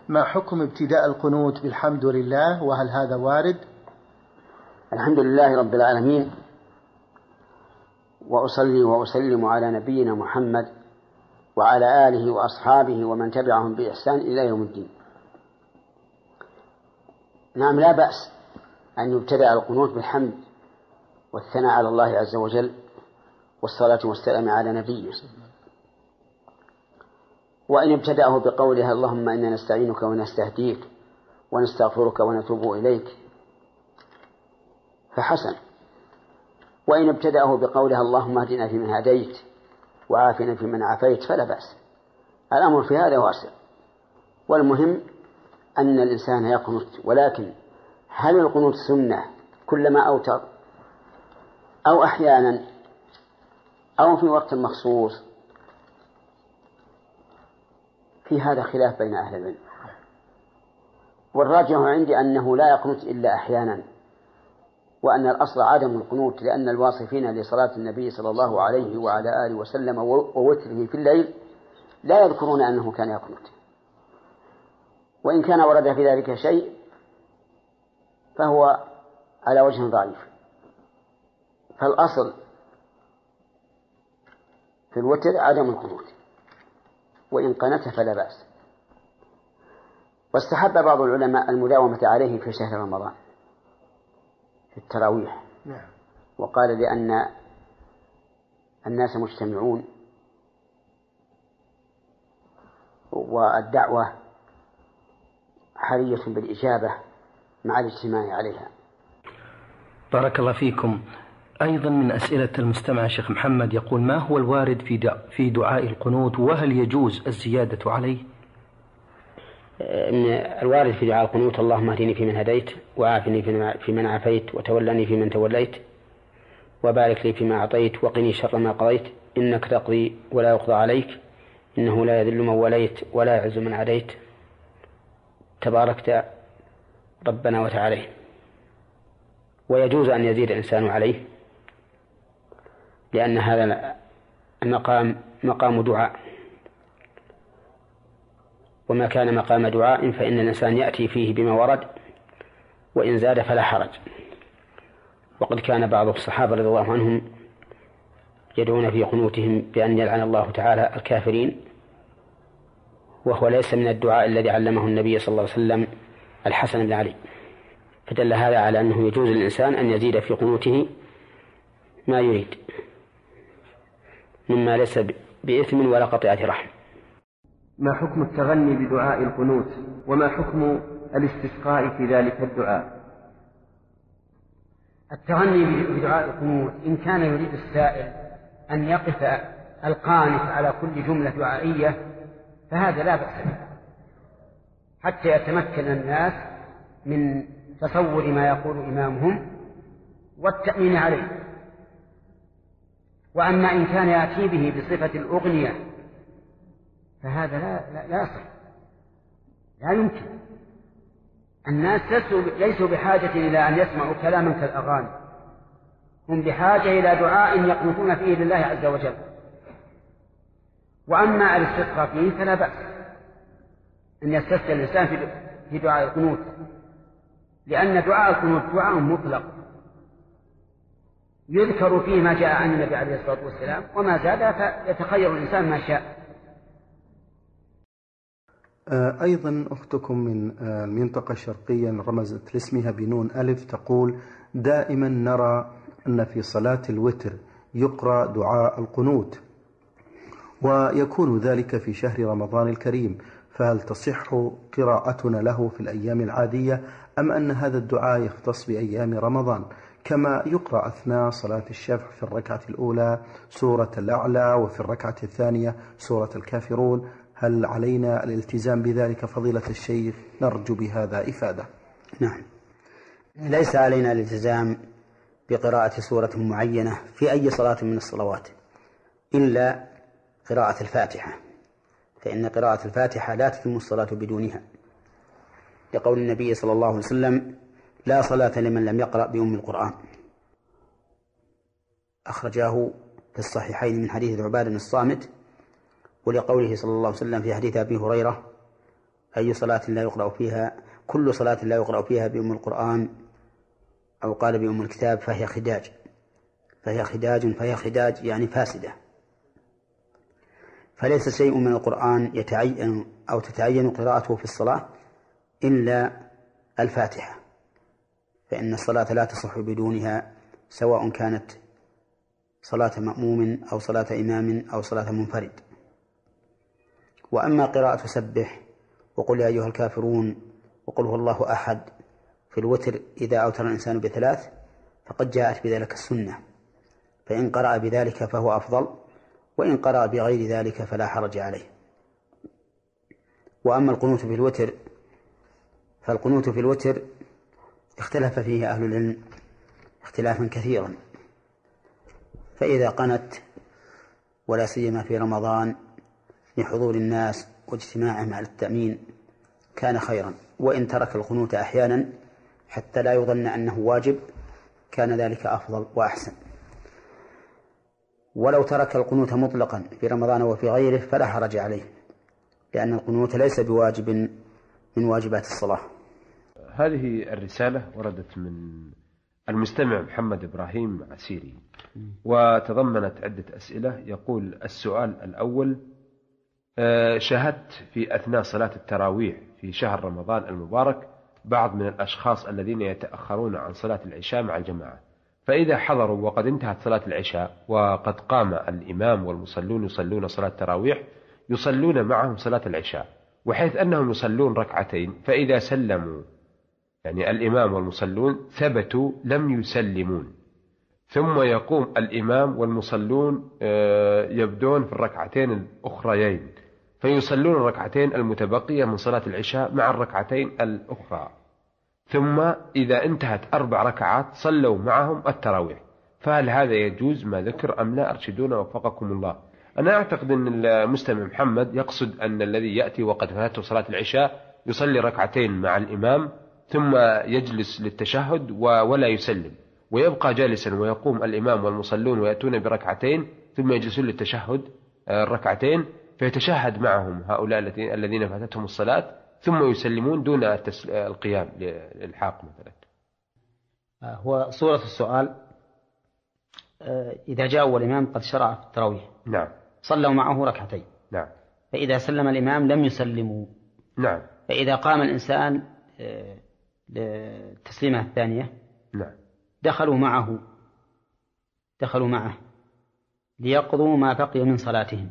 ما حكم ابتداء القنوت بالحمد لله، وهل هذا وارد؟ الحمد لله رب العالمين، وأصلي وأسلم على نبينا محمد وعلى آله وأصحابه ومن تبعهم بإحسان إلى يوم الدين. نعم، لا بأس أن يبتدأ القنوت بالحمد والثناء على الله عز وجل والصلاة والسلام على نبيه، وإن ابتدأه بقولها اللهم إنا نستعينك ونستهديك ونستغفرك ونتوب إليك فحسن، وإن ابتدأه بقولها اللهم اهدنا فيمن هديت وعافنا فيمن عافيت فلا بأس. الأمر في هذا واسع، والمهم أن الإنسان يقنط. ولكن هل القنوت سنة كلما أوتر أو أحيانا أو في وقت مخصوص؟ في هذا خلاف بين أهل العلم، والراجح عندي أنه لا يقنط إلا أحيانا، وأن الأصل عدم القنوت، لأن الواصفين لصلاة النبي صلى الله عليه وعلى آله وسلم ووتره في الليل لا يذكرون أنه كان يقنط، وإن كان ورد في ذلك شيء فهو على وجه ضعيف. فالأصل في الوتر عدم القنوت، وإن قنت فلا بأس. واستحب بعض العلماء المداومة عليه في شهر رمضان في التراويح، وقال لأن الناس مجتمعون والدعوة حرية بالإجابة مع الاجتماع عليها. بارك الله فيكم. أيضا من أسئلة المستمع شيخ محمد يقول: ما هو الوارد في دعاء القنوت، وهل يجوز الزيادة عليه؟ الوارد في دعاء القنوت اللهم اهدني فيمن هديت وعافني فيمن عافيت وتولني فيمن توليت وبارك لي فيما أعطيت وقني شر ما قضيت إنك تقضي ولا يقضى عليك إنه لا يذل من وليت ولا يعز من عديت تباركت ربنا وتعالى. ويجوز أن يزيد الإنسان عليه، لأن هذا المقام مقام دعاء، وما كان مقام دعاء فإن الإنسان يأتي فيه بما ورد، وإن زاد فلا حرج. وقد كان بعض الصحابة رضي الله عنهم يدعون في قنوتهم بأن يلعن الله تعالى الكافرين، وهو ليس من الدعاء الذي علمه النبي صلى الله عليه وسلم الحسن بن علي، فدل هذا على أنه يجوز للإنسان أن يزيد في قنوته ما يريد مما ليس بإثم ولا قطيعة رحم. ما حكم التغني بدعاء القنوت، وما حكم الاستسقاء في ذلك الدعاء؟ التغني بدعاء القنوت إن كان يريد السائل أن يقف القانت على كل جملة دعائية فهذا لا بأس به، حتى يتمكن الناس من تصور ما يقول إمامهم والتأمين عليه. وأما إن كان يأتي به بصفة الأغنية فهذا لا يصح، لا يمكن. الناس ليسوا بحاجة إلى أن يسمعوا كلاما كالأغاني، هم بحاجة إلى دعاء يقنطون فيه لله عز وجل. وأما الاستسقاء فيه فلا بأس أن يستسقي الإنسان في دعاء القنوت، لأن دعاء القنوت دعاء مطلق يذكر فيه ما جاء عن النبي عليه الصلاة والسلام، وما زاد فيتخير الإنسان ما شاء. أيضا أختكم من المنطقة الشرقية رمزت لاسمها بنون ألف تقول: دائما نرى أن في صلاة الوتر يقرأ دعاء القنوت، ويكون ذلك في شهر رمضان الكريم، فهل تصح قراءتنا له في الأيام العادية، أم أن هذا الدعاء يختص بأيام رمضان، كما يقرأ أثناء صلاة الشفع في الركعة الأولى سورة الأعلى وفي الركعة الثانية سورة الكافرون؟ هل علينا الالتزام بذلك فضيلة الشيخ؟ نرجو بهذا إفادة. نعم، ليس علينا الالتزام بقراءة سورة معينة في أي صلاة من الصلوات إلا قراءة الفاتحة، فإن قراءة الفاتحة لا تتم الصلاة بدونها، لقول النبي صلى الله عليه وسلم: لا صلاة لمن لم يقرأ بأم القرآن، أخرجاه في الصحيحين من حديث عبادة بن الصامت، ولقوله صلى الله عليه وسلم في حديث أبي هريرة: أي صلاة لا يقرأ فيها كل صلاة لا يقرأ فيها بأم القرآن أو قال بأم الكتاب فهي خداج يعني فاسدة. فليس شيء من القرآن يتعين أو تتعين قراءته في الصلاة إلا الفاتحة، فإن الصلاة لا تصح بدونها، سواء كانت صلاة مأموم أو صلاة إمام أو صلاة منفرد. وأما قراءة سبح وقل يا أيها الكافرون وقل هو الله أحد في الوتر إذا أوتر الإنسان بثلاث فقد جاءت بذلك السنة، فإن قرأ بذلك فهو أفضل، وإن قرأ بغير ذلك فلا حرج عليه. وأما القنوت في الوتر فالقنوت في الوتر اختلف فيه أهل العلم اختلافا كثيرا، فإذا قنت ولا سيما في رمضان لحضور الناس واجتماعهم على التأمين كان خيرا، وإن ترك القنوت أحيانا حتى لا يظن أنه واجب كان ذلك أفضل وأحسن. ولو ترك القنوت مطلقا في رمضان وفي غيره فلا حرج عليه، لأن القنوت ليس بواجب من واجبات الصلاة. هذه الرسالة وردت من المستمع محمد إبراهيم عسيري، وتضمنت عدة أسئلة. يقول السؤال الأول: شاهدت في أثناء صلاة التراويح في شهر رمضان المبارك بعض من الأشخاص الذين يتأخرون عن صلاة العشاء مع الجماعة، فإذا حضروا وقد انتهت صلاة العشاء وقد قام الإمام والمصلون يصلون صلاة التراويح يصلون معهم صلاة العشاء، وحيث أنهم يصلون ركعتين، فإذا سلموا يعني الإمام والمصلون ثبتوا لم يسلمون، ثم يقوم الإمام والمصلون يبدون في الركعتين الأخريين فيصلون الركعتين المتبقية من صلاة العشاء مع الركعتين الأخرى، ثم إذا انتهت 4 ركعات صلوا معهم التراويح، فهل هذا يجوز ما ذكر أم لا؟ أرشدونا وفقكم الله. أنا أعتقد أن المستمع محمد يقصد أن الذي يأتي وقد فاتته صلاة العشاء يصلي ركعتين مع الإمام ثم يجلس للتشهد ولا يسلم، ويبقى جالسا ويقوم الإمام والمصلون ويأتون بركعتين ثم يجلسون للتشهد الركعتين، فيتشهد معهم هؤلاء الذين فاتتهم الصلاة ثم يسلمون دون القيام للحاق مثلا. هو صورة السؤال: إذا جاء والإمام قد شرع في التراويح، نعم، صلوا معه ركعتين، نعم، فإذا سلم الإمام لم يسلموا، نعم، فإذا قام الإنسان للتسليمة الثانية، نعم، دخلوا معه ليقضوا ما بقي من صلاتهم،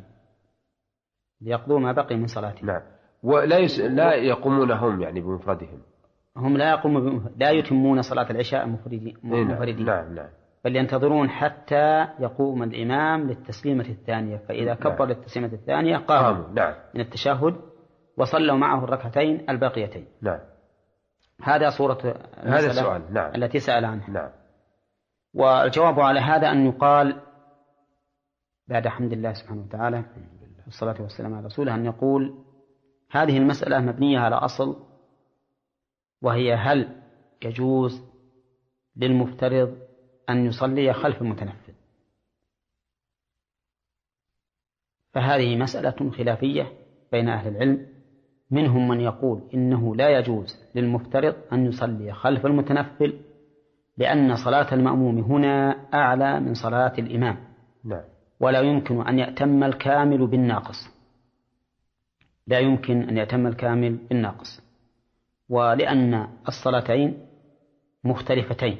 نعم، لا يقومون هم يعني بمفردهم، هم لا يتمون صلاة العشاء مفردين، نعم، نعم، بل ينتظرون حتى يقوم الإمام للتسليمة الثانية، فإذا كبر للتسليمة الثانية قاموا نعم من التشهد وصلوا معه الركعتين الباقيتين. نعم، هذا صورة هذا السؤال، نعم، التي سأل عنها. نعم. والجواب على هذا أن يقال بعد حمد الله سبحانه وتعالى والصلاة والسلام على رسوله، أن يقول هذه المسألة مبنية على أصل، وهي هل يجوز للمفترض أن يصلي خلف المتنفل؟ فهذه مسألة خلافية بين أهل العلم، منهم من يقول إنه لا يجوز للمفترض أن يصلي خلف المتنفل، لأن صلاة المأموم هنا أعلى من صلاة الإمام، نعم، ولا يمكن أن يأتم الكامل بالناقص، لا يمكن أن يأتم الكامل بالناقص، ولأن الصلاتين مختلفتين،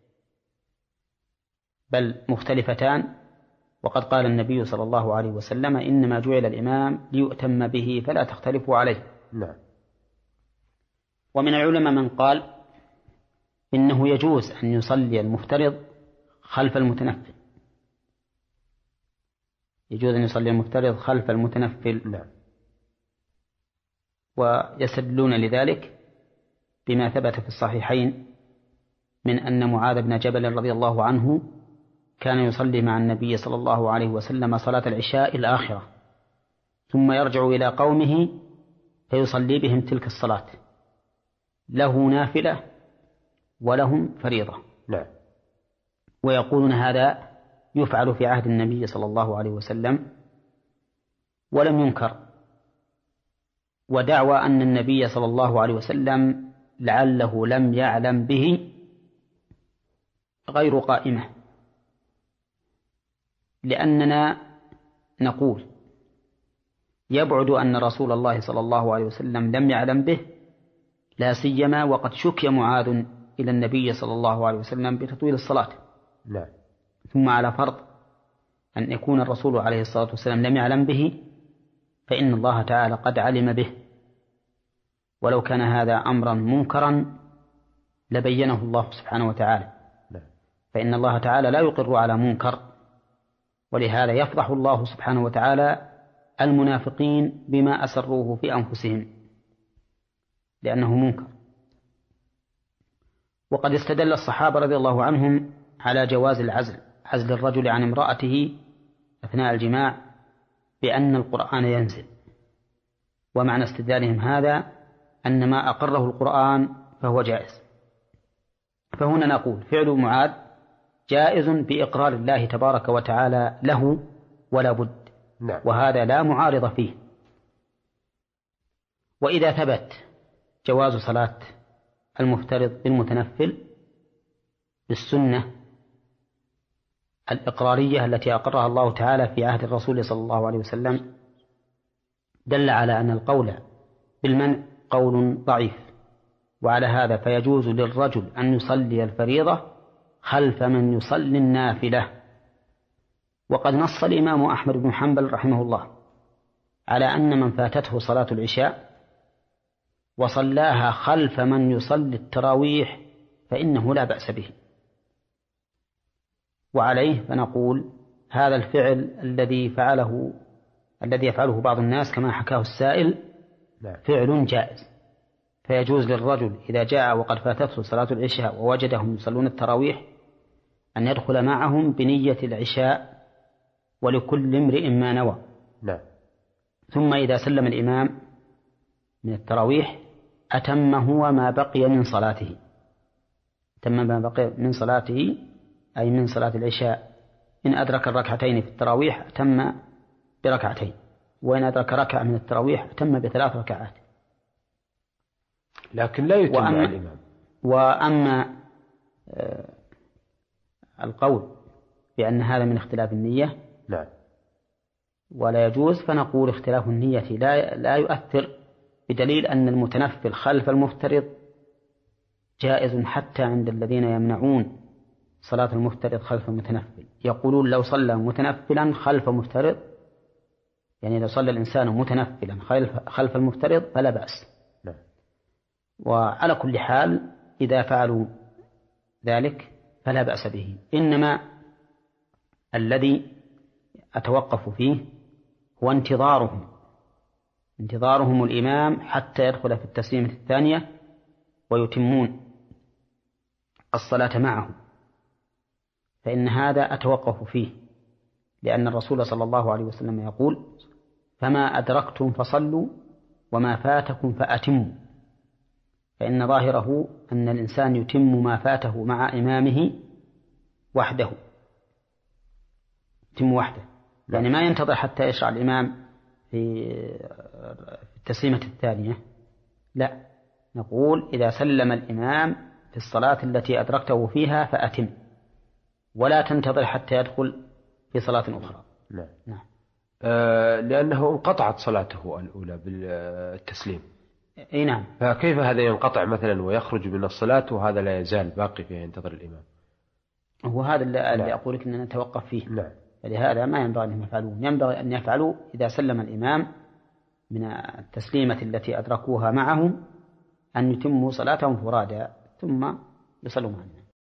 بل مختلفتان، وقد قال النبي صلى الله عليه وسلم: إنما جعل الإمام ليؤتم به فلا تختلفوا عليه. نعم. ومن العلماء من قال إنه يجوز أن يصلي المفترض خلف المتنفل، يجوز أن يصلي المفترض خلف المتنفل. نعم. ويستدلون لذلك بما ثبت في الصحيحين من أن معاذ بن جبل رضي الله عنه كان يصلي مع النبي صلى الله عليه وسلم صلاة العشاء الآخرة، ثم يرجع إلى قومه فيصلي بهم تلك الصلاة، له نافلة ولهم فريضة. نعم. ويقولون هذا يفعل في عهد النبي صلى الله عليه وسلم ولم ينكر، ودعوى أن النبي صلى الله عليه وسلم لعله لم يعلم به غير قائمة، لأننا نقول يبعد أن رسول الله صلى الله عليه وسلم لم يعلم به، لا سيما وقد شكي معاذ إلى النبي صلى الله عليه وسلم بتطويل الصلاة. لا. ثم على فرض أن يكون الرسول عليه الصلاة والسلام لم يعلم به، فإن الله تعالى قد علم به، ولو كان هذا أمرا منكرا لبينه الله سبحانه وتعالى، فإن الله تعالى لا يقر على منكر، ولهذا يفضح الله سبحانه وتعالى المنافقين بما أسروه في أنفسهم لأنه منكر. وقد استدل الصحابة رضي الله عنهم على جواز عزل الرجل عن امرأته أثناء الجماع بأن القرآن ينزل، ومعنى استدلالهم هذا أن ما أقره القرآن فهو جائز. فهنا نقول فعل معاذ جائز بإقرار الله تبارك وتعالى له ولا بد، وهذا لا معارض فيه. وإذا ثبت جواز صلاة المفترض بالمتنفل بالسنة الإقرارية التي أقرها الله تعالى في عهد الرسول صلى الله عليه وسلم، دل على أن القول بالمنع قول ضعيف، وعلى هذا فيجوز للرجل أن يصلي الفريضة خلف من يصلي النافلة. وقد نص الإمام أحمد بن حنبل رحمه الله على أن من فاتته صلاة العشاء وصلاها خلف من يصلي التراويح فإنه لا بأس به. وعليه فنقول هذا الفعل الذي يفعله بعض الناس كما حكاه السائل فعل جائز، فيجوز للرجل إذا جاء وقد فاتته صلاة العشاء ووجدهم يصلون التراويح أن يدخل معهم بنية العشاء ولكل امرئ ما نوى. ثم إذا سلم الإمام من التراويح أتم هو ما بقي من صلاته، أي من صلاة العشاء. إن أدرك الركعتين في التراويح أتم بركعتين، وإن أدرك ركعة من التراويح أتم ب3 ركعات، لكن لا يتم مع الإمام. وأما القول بأن هذا من اختلاف النية ولا يجوز، فنقول اختلاف النية لا يؤثر، بدليل أن المتنفل خلف المفترض جائز حتى عند الذين يمنعون صلاة المفترض خلف المتنفل. يقولون لو صلى متنفلا خلف مفترض، يعني لو صلى الإنسان متنفلا خلف المفترض فلا بأس. وعلى كل حال إذا فعلوا ذلك فلا بأس به، إنما الذي أتوقف فيه هو انتظارهم الإمام حتى يدخل في التسليمة الثانية ويتمون الصلاة معه، فإن هذا أتوقف فيه، لأن الرسول صلى الله عليه وسلم يقول فما أدركتم فصلوا وما فاتكم فأتموا، فإن ظاهره أن الإنسان يتم ما فاته مع إمامه وحده، يتم وحده، يعني ما ينتظر حتى يشرع الإمام في التسليمة الثانية، لا، نقول إذا سلم الإمام في الصلاة التي أدركته فيها فأتم، ولا تنتظر حتى يدخل في صلاة أخرى. نعم. لأنه انقطعت صلاته الأولى بالتسليم. أي نعم. فكيف هذا ينقطع مثلا ويخرج من الصلاة وهذا لا يزال باقي فيه ينتظر الإمام؟ هو هذا اللي أقول لك أننا نتوقف فيه. نعم. فلهذا ما ينبغي أن يفعلون، ينبغي أن يفعلوا إذا سلم الإمام من التسليمة التي أدركوها معهم أن يتموا صلاتهم فرادى ثم يصلوا معنا.